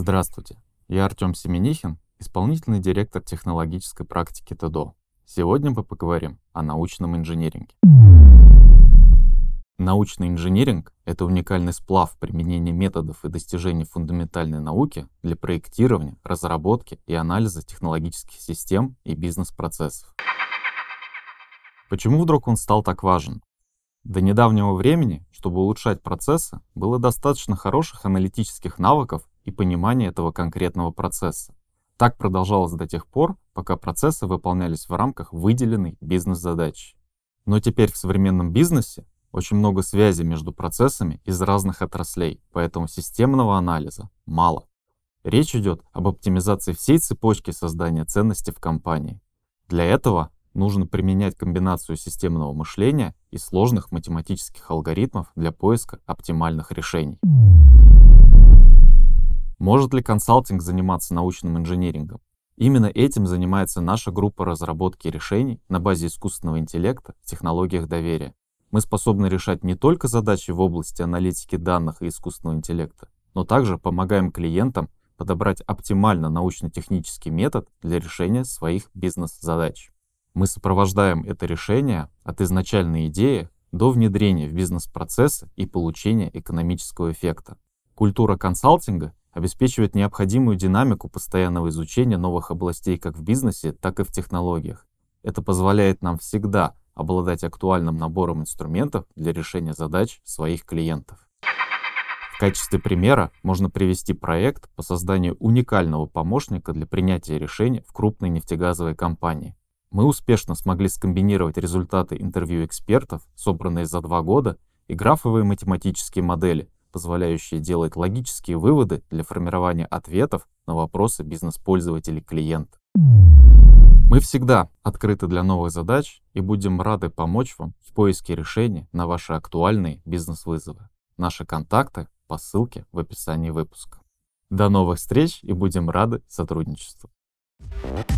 Здравствуйте, я Артем Семенихин, исполнительный директор технологической практики ТДО. Сегодня мы поговорим о научном инжиниринге. Научный инжиниринг — это уникальный сплав применения методов и достижений фундаментальной науки для проектирования, разработки и анализа технологических систем и бизнес-процессов. Почему вдруг он стал так важен? До недавнего времени, чтобы улучшать процессы, было достаточно хороших аналитических навыков и понимания этого конкретного процесса. Так продолжалось до тех пор, пока процессы выполнялись в рамках выделенной бизнес-задачи. Но теперь в современном бизнесе очень много связей между процессами из разных отраслей, поэтому системного анализа мало. Речь идет об оптимизации всей цепочки создания ценности в компании. Для этого нужно применять комбинацию системного мышления и сложных математических алгоритмов для поиска оптимальных решений. Может ли консалтинг заниматься научным инжинирингом? Именно этим занимается наша группа разработки решений на базе искусственного интеллекта в технологиях доверия. Мы способны решать не только задачи в области аналитики данных и искусственного интеллекта, но также помогаем клиентам подобрать оптимально научно-технический метод для решения своих бизнес-задач. Мы сопровождаем это решение от изначальной идеи до внедрения в бизнес-процессы и получения экономического эффекта. Культура консалтинга обеспечивает необходимую динамику постоянного изучения новых областей как в бизнесе, так и в технологиях. Это позволяет нам всегда обладать актуальным набором инструментов для решения задач своих клиентов. В качестве примера можно привести проект по созданию уникального помощника для принятия решений в крупной нефтегазовой компании. Мы успешно смогли скомбинировать результаты интервью экспертов, собранные за 2 года, и графовые математические модели, позволяющие делать логические выводы для формирования ответов на вопросы бизнес-пользователей клиента. Мы всегда открыты для новых задач и будем рады помочь вам в поиске решений на ваши актуальные бизнес-вызовы. Наши контакты по ссылке в описании выпуска. До новых встреч и будем рады сотрудничеству.